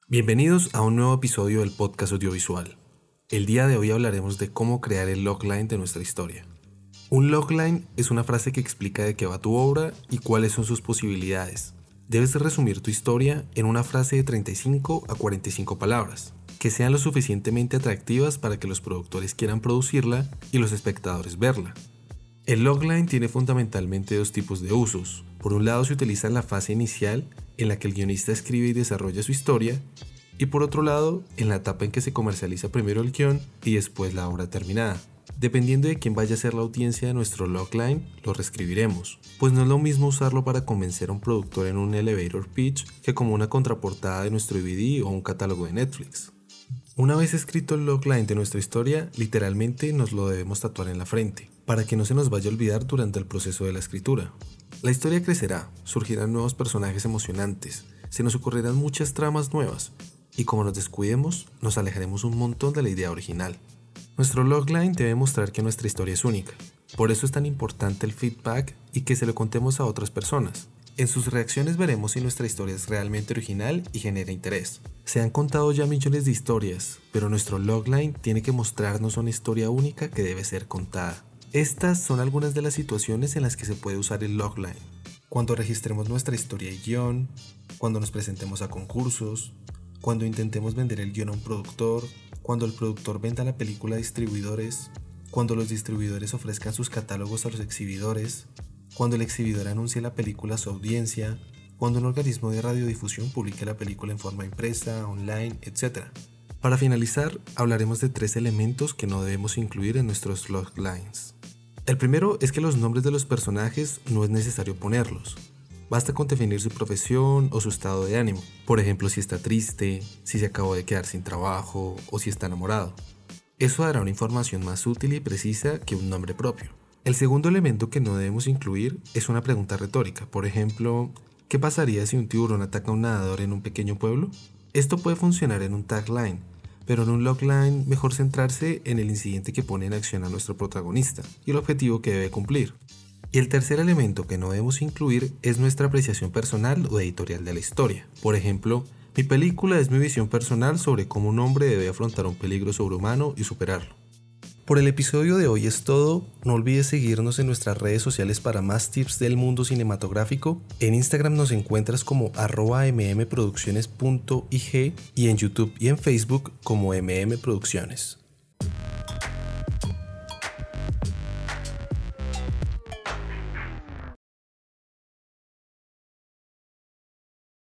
Bienvenidos a un nuevo episodio del podcast audiovisual. El día de hoy hablaremos de cómo crear el logline de nuestra historia. Un logline es una frase que explica de qué va tu obra y cuáles son sus posibilidades. Debes resumir tu historia en una frase de 35 a 45 palabras, que sean lo suficientemente atractivas para que los productores quieran producirla y los espectadores verla. El logline tiene fundamentalmente dos tipos de usos. Por un lado se utiliza en la fase inicial, en la que el guionista escribe y desarrolla su historia, y por otro lado, en la etapa en que se comercializa primero el guión y después la obra terminada. Dependiendo de quién vaya a ser la audiencia de nuestro logline, lo reescribiremos, pues no es lo mismo usarlo para convencer a un productor en un elevator pitch que como una contraportada de nuestro DVD o un catálogo de Netflix. Una vez escrito el logline de nuestra historia, literalmente nos lo debemos tatuar en la frente, para que no se nos vaya a olvidar durante el proceso de la escritura. La historia crecerá, surgirán nuevos personajes emocionantes, se nos ocurrirán muchas tramas nuevas, y como nos descuidemos, nos alejaremos un montón de la idea original. Nuestro logline debe mostrar que nuestra historia es única, por eso es tan importante el feedback y que se lo contemos a otras personas. En sus reacciones veremos si nuestra historia es realmente original y genera interés. Se han contado ya millones de historias, pero nuestro logline tiene que mostrarnos una historia única que debe ser contada. Estas son algunas de las situaciones en las que se puede usar el logline. Cuando registremos nuestra historia y guión, cuando nos presentemos a concursos, cuando intentemos vender el guión a un productor, cuando el productor venda la película a distribuidores, cuando los distribuidores ofrezcan sus catálogos a los exhibidores, cuando el exhibidor anuncie la película a su audiencia, cuando un organismo de radiodifusión publique la película en forma impresa, online, etc. Para finalizar, hablaremos de 3 elementos que no debemos incluir en nuestros loglines. El primero es que los nombres de los personajes no es necesario ponerlos. Basta con definir su profesión o su estado de ánimo. Por ejemplo, si está triste, si se acabó de quedar sin trabajo o si está enamorado. Eso dará una información más útil y precisa que un nombre propio. El segundo elemento que no debemos incluir es una pregunta retórica. Por ejemplo, ¿qué pasaría si un tiburón ataca a un nadador en un pequeño pueblo? Esto puede funcionar en un tagline, pero en un logline mejor centrarse en el incidente que pone en acción a nuestro protagonista y el objetivo que debe cumplir. Y el tercer elemento que no debemos incluir es nuestra apreciación personal o editorial de la historia. Por ejemplo, mi película es mi visión personal sobre cómo un hombre debe afrontar un peligro sobrehumano y superarlo. Por el episodio de hoy es todo. No olvides seguirnos en nuestras redes sociales para más tips del mundo cinematográfico. En Instagram nos encuentras como @mmproducciones.ig y en YouTube y en Facebook como mmproducciones.